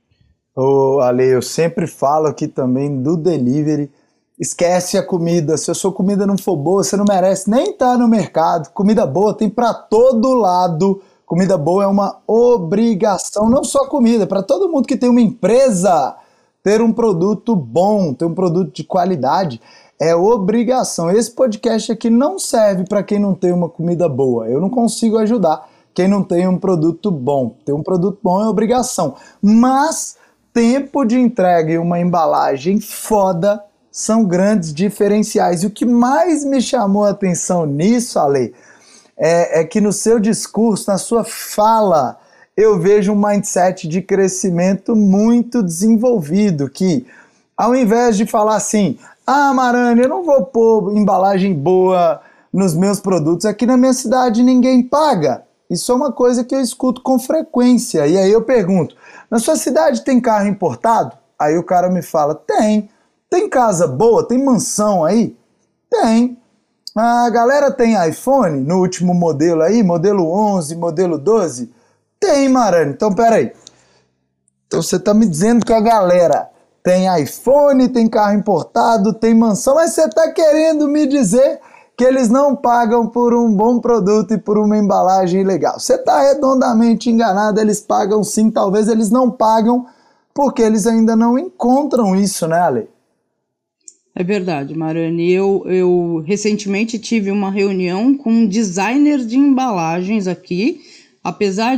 Ale, eu sempre falo aqui também do delivery, esquece a comida, se a sua comida não for boa, você não merece nem estar no mercado. Comida boa tem para todo lado. Comida boa é uma obrigação, não só comida, para todo mundo que tem uma empresa, ter um produto bom, ter um produto de qualidade, é obrigação. Esse podcast aqui não serve para quem não tem uma comida boa. Eu não consigo ajudar quem não tem um produto bom. Ter um produto bom é obrigação. Mas tempo de entrega e uma embalagem foda são grandes diferenciais. E o que mais me chamou a atenção nisso, Ale, é que no seu discurso, na sua fala, eu vejo um mindset de crescimento muito desenvolvido, que ao invés de falar assim, Marani, eu não vou pôr embalagem boa nos meus produtos, aqui na minha cidade ninguém paga. Isso é uma coisa que eu escuto com frequência. E aí eu pergunto, na sua cidade tem carro importado? Aí o cara me fala, tem. Tem casa boa? Tem mansão aí? Tem. A galera tem iPhone no último modelo aí, modelo 11, modelo 12? Tem, Marani. Então, peraí. Então você tá me dizendo que a galera tem iPhone, tem carro importado, tem mansão, mas você tá querendo me dizer que eles não pagam por um bom produto e por uma embalagem legal. Você está redondamente enganado, eles pagam sim, talvez eles não pagam porque eles ainda não encontram isso, né, Ale? É verdade, Marani. Eu recentemente tive uma reunião com um designer de embalagens aqui. Apesar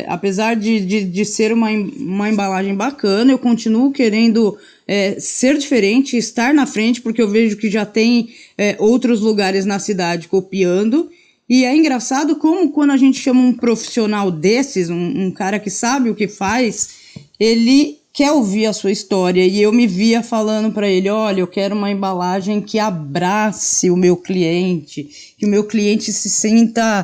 de ser uma embalagem bacana, eu continuo querendo ser diferente, estar na frente, porque eu vejo que já tem outros lugares na cidade copiando. E é engraçado como quando a gente chama um profissional desses, um cara que sabe o que faz, ele quer ouvir a sua história. E eu me via falando para ele, olha, eu quero uma embalagem que abrace o meu cliente, que o meu cliente se sinta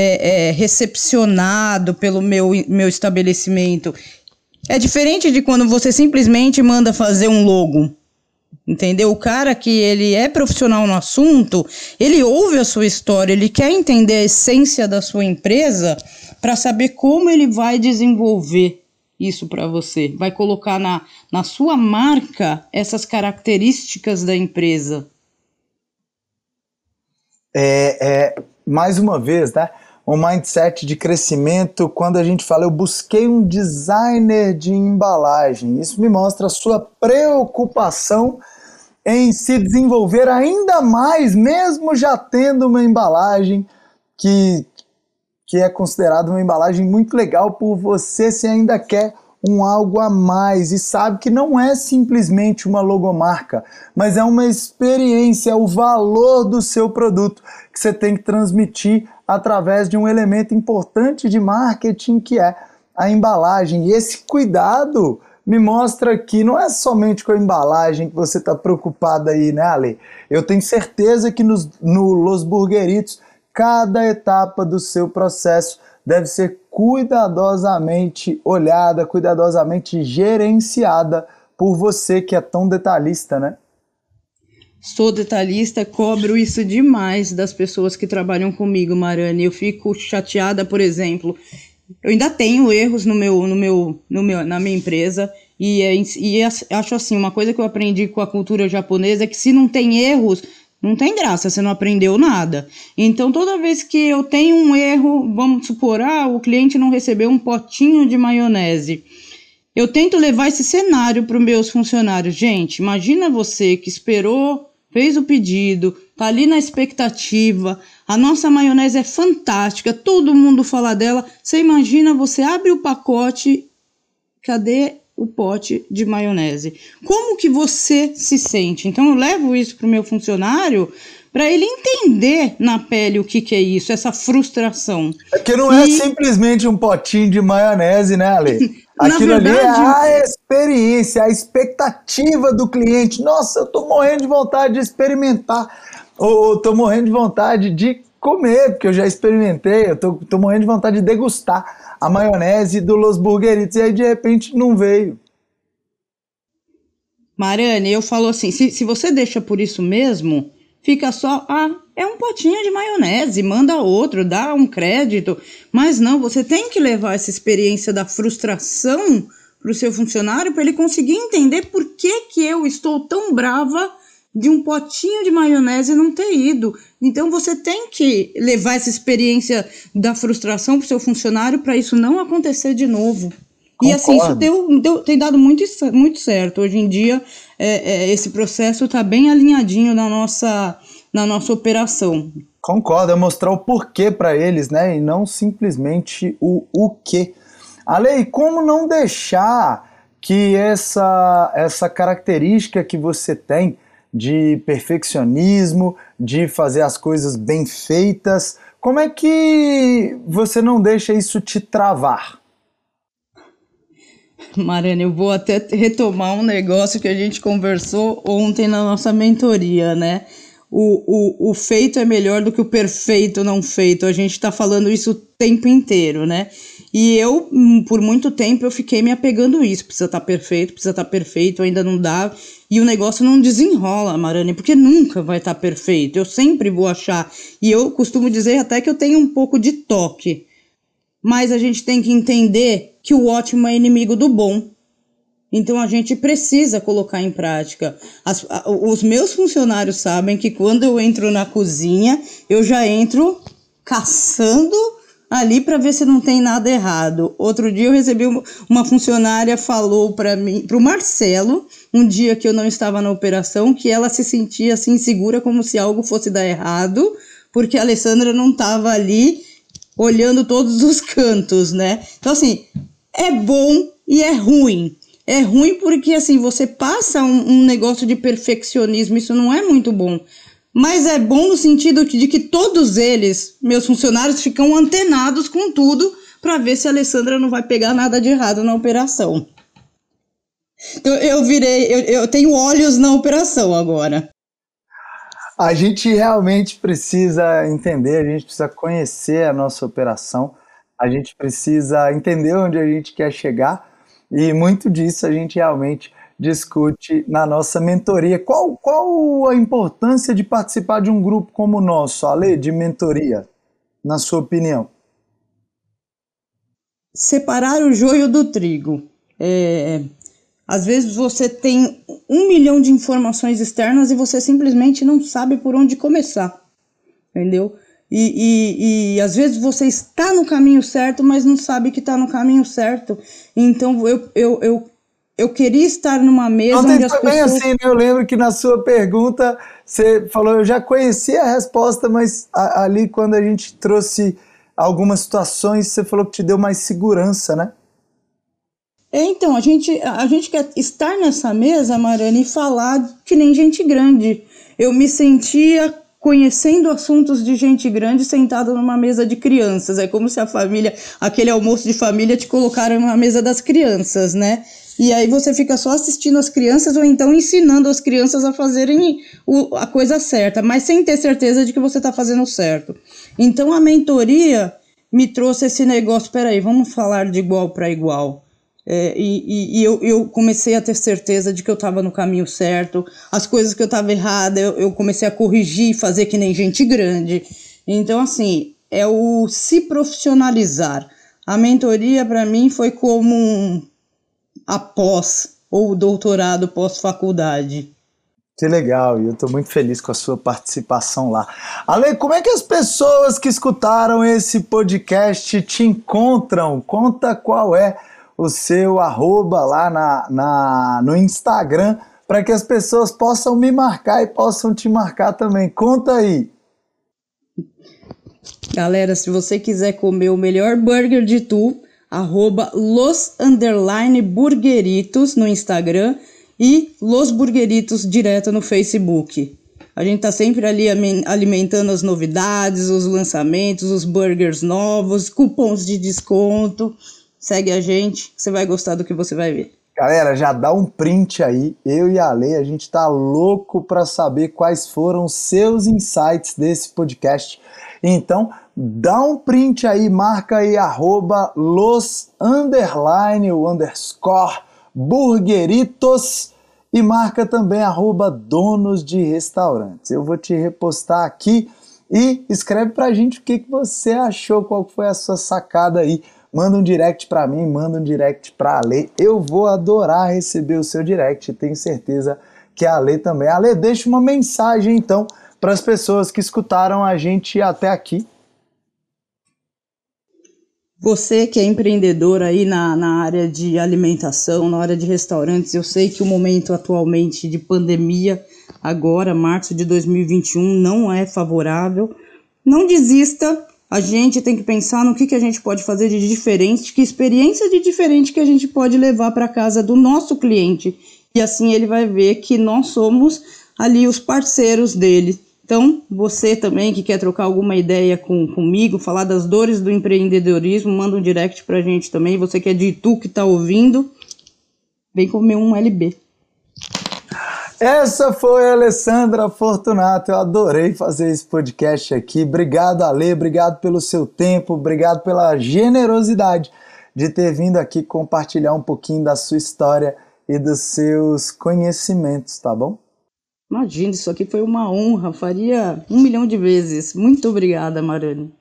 recepcionado pelo meu estabelecimento. É diferente de quando você simplesmente manda fazer um logo, entendeu? O cara que ele é profissional no assunto, ele ouve a sua história, ele quer entender a essência da sua empresa para saber como ele vai desenvolver isso para você, vai colocar na sua marca essas características da empresa. Mais uma vez, né? Um mindset de crescimento. Quando a gente fala, eu busquei um designer de embalagem, isso me mostra a sua preocupação em se desenvolver ainda mais, mesmo já tendo uma embalagem que é considerada uma embalagem muito legal por você, se ainda quer um algo a mais e sabe que não é simplesmente uma logomarca, mas é uma experiência, é o valor do seu produto que você tem que transmitir através de um elemento importante de marketing que é a embalagem. E esse cuidado me mostra que não é somente com a embalagem que você está preocupado aí, né, Ale? Eu tenho certeza que no Los Burgeritos, cada etapa do seu processo deve ser cuidadosamente olhada, cuidadosamente gerenciada por você que é tão detalhista, né? Sou detalhista, cobro isso demais das pessoas que trabalham comigo, Marani. Eu fico chateada, por exemplo, eu ainda tenho erros na minha empresa e acho assim, uma coisa que eu aprendi com a cultura japonesa é que se não tem erros, não tem graça, você não aprendeu nada. Então, toda vez que eu tenho um erro, vamos supor, o cliente não recebeu um potinho de maionese. Eu tento levar esse cenário para os meus funcionários. Gente, imagina você que esperou, fez o pedido, tá ali na expectativa, a nossa maionese é fantástica, todo mundo fala dela. Você imagina, você abre o pacote, cadê o pote de maionese? Como que você se sente? Então eu levo isso para o meu funcionário para ele entender na pele o que é isso, essa frustração. É que não é simplesmente um potinho de maionese, né, Ale? Aquilo verdade, ali é a experiência, a expectativa do cliente. Nossa, eu tô morrendo de vontade de experimentar, ou tô morrendo de vontade de comer, porque eu já experimentei, eu tô morrendo de vontade de degustar a maionese do Los Burgeritos, e aí de repente não veio. Marani, eu falo assim, se você deixa por isso mesmo, fica só, é um potinho de maionese, manda outro, dá um crédito, mas não, você tem que levar essa experiência da frustração para o seu funcionário, para ele conseguir entender por que eu estou tão brava de um potinho de maionese não ter ido. Então você tem que levar essa experiência da frustração para o seu funcionário para isso não acontecer de novo. Concordo. E assim, isso tem dado muito certo. Hoje em dia, esse processo está bem alinhadinho na nossa operação. Concordo, é mostrar o porquê para eles, né? E não simplesmente o quê. Ale, como não deixar que essa característica que você tem de perfeccionismo, de fazer as coisas bem feitas, como é que você não deixa isso te travar? Mariana, eu vou até retomar um negócio que a gente conversou ontem na nossa mentoria, né? O feito é melhor do que o perfeito não feito. A gente tá falando isso o tempo inteiro, né? E eu, por muito tempo, eu fiquei me apegando a isso. Precisa estar perfeito, ainda não dá. E o negócio não desenrola, Mariana, porque nunca vai estar perfeito. Eu sempre vou achar. E eu costumo dizer até que eu tenho um pouco de toque. Mas a gente tem que entender que o ótimo é inimigo do bom. Então a gente precisa colocar em prática. Os meus funcionários sabem que quando eu entro na cozinha, eu já entro caçando ali para ver se não tem nada errado. Outro dia eu recebi uma funcionária falou para mim, para o Marcelo, um dia que eu não estava na operação, que ela se sentia assim insegura, como se algo fosse dar errado, porque a Alessandra não estava ali olhando todos os cantos, né? Então assim, é bom e é ruim. É ruim porque, assim, você passa um negócio de perfeccionismo, isso não é muito bom. Mas é bom no sentido de que todos eles, meus funcionários, ficam antenados com tudo para ver se a Alessandra não vai pegar nada de errado na operação. Então, eu tenho olhos na operação agora. A gente realmente precisa entender, a gente precisa conhecer a nossa operação, a gente precisa entender onde a gente quer chegar. E muito disso a gente realmente discute na nossa mentoria. Qual a importância de participar de um grupo como o nosso, Ale, de mentoria, na sua opinião? Separar o joio do trigo. Às vezes você tem 1 milhão de informações externas e você simplesmente não sabe por onde começar, entendeu? E às vezes você está no caminho certo, mas não sabe que está no caminho certo. Então eu queria estar numa mesa onde as pessoas... Bem assim, né? Eu lembro que na sua pergunta você falou, eu já conhecia a resposta, mas ali quando a gente trouxe algumas situações, você falou que te deu mais segurança, né? Então, a gente quer estar nessa mesa, Mariana, e falar que nem gente grande. Eu me sentia conhecendo assuntos de gente grande sentada numa mesa de crianças. É como se a família, aquele almoço de família, te colocaram na mesa das crianças, né? E aí você fica só assistindo as crianças ou então ensinando as crianças a fazerem a coisa certa, mas sem ter certeza de que você está fazendo certo. Então a mentoria me trouxe esse negócio, peraí, vamos falar de igual para igual. Eu comecei a ter certeza de que eu estava no caminho certo, as coisas que eu estava errada, eu comecei a corrigir, fazer que nem gente grande. Então, assim, é o se profissionalizar. A mentoria, para mim, foi como a pós ou o doutorado pós-faculdade. Que legal, e eu estou muito feliz com a sua participação lá. Ale, como é que as pessoas que escutaram esse podcast te encontram? Conta qual é o seu arroba lá no Instagram, para que as pessoas possam me marcar e possam te marcar também. Conta aí. Galera, se você quiser comer o melhor burger de tu, arroba los_burgeritos no Instagram e Los Burgeritos direto no Facebook. A gente tá sempre ali alimentando as novidades, os lançamentos, os burgers novos, cupons de desconto. Segue a gente, você vai gostar do que você vai ver. Galera, já dá um print aí. Eu e a Ale, a gente tá louco para saber quais foram os seus insights desse podcast. Então, dá um print aí, marca aí arroba _burgeritos e marca também arroba donos de restaurantes. Eu vou te repostar aqui e escreve pra gente o que você achou, qual foi a sua sacada aí. Manda um direct para mim, manda um direct para a Ale. Eu vou adorar receber o seu direct, tenho certeza que a Ale também. Ale, deixa uma mensagem então para as pessoas que escutaram a gente até aqui. Você que é empreendedor aí na área de alimentação, na área de restaurantes, eu sei que o momento atualmente de pandemia, agora, março de 2021, não é favorável. Não desista, A gente tem que pensar no que a gente pode fazer de diferente, que experiência de diferente que a gente pode levar para casa do nosso cliente. E assim ele vai ver que nós somos ali os parceiros dele. Então, você também que quer trocar alguma ideia comigo, falar das dores do empreendedorismo, manda um direct pra gente também. Você que é de Itu, que tá ouvindo, vem comer um LB. Essa foi a Alessandra Fortunato. Eu adorei fazer esse podcast aqui. Obrigado, Ale, obrigado pelo seu tempo, obrigado pela generosidade de ter vindo aqui compartilhar um pouquinho da sua história e dos seus conhecimentos, tá bom? Imagina, isso aqui foi uma honra, faria 1 milhão de vezes. Muito obrigada, Marani.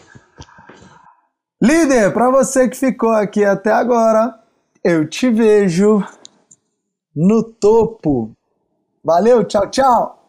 Líder, para você que ficou aqui até agora, eu te vejo no topo. Valeu, tchau, tchau!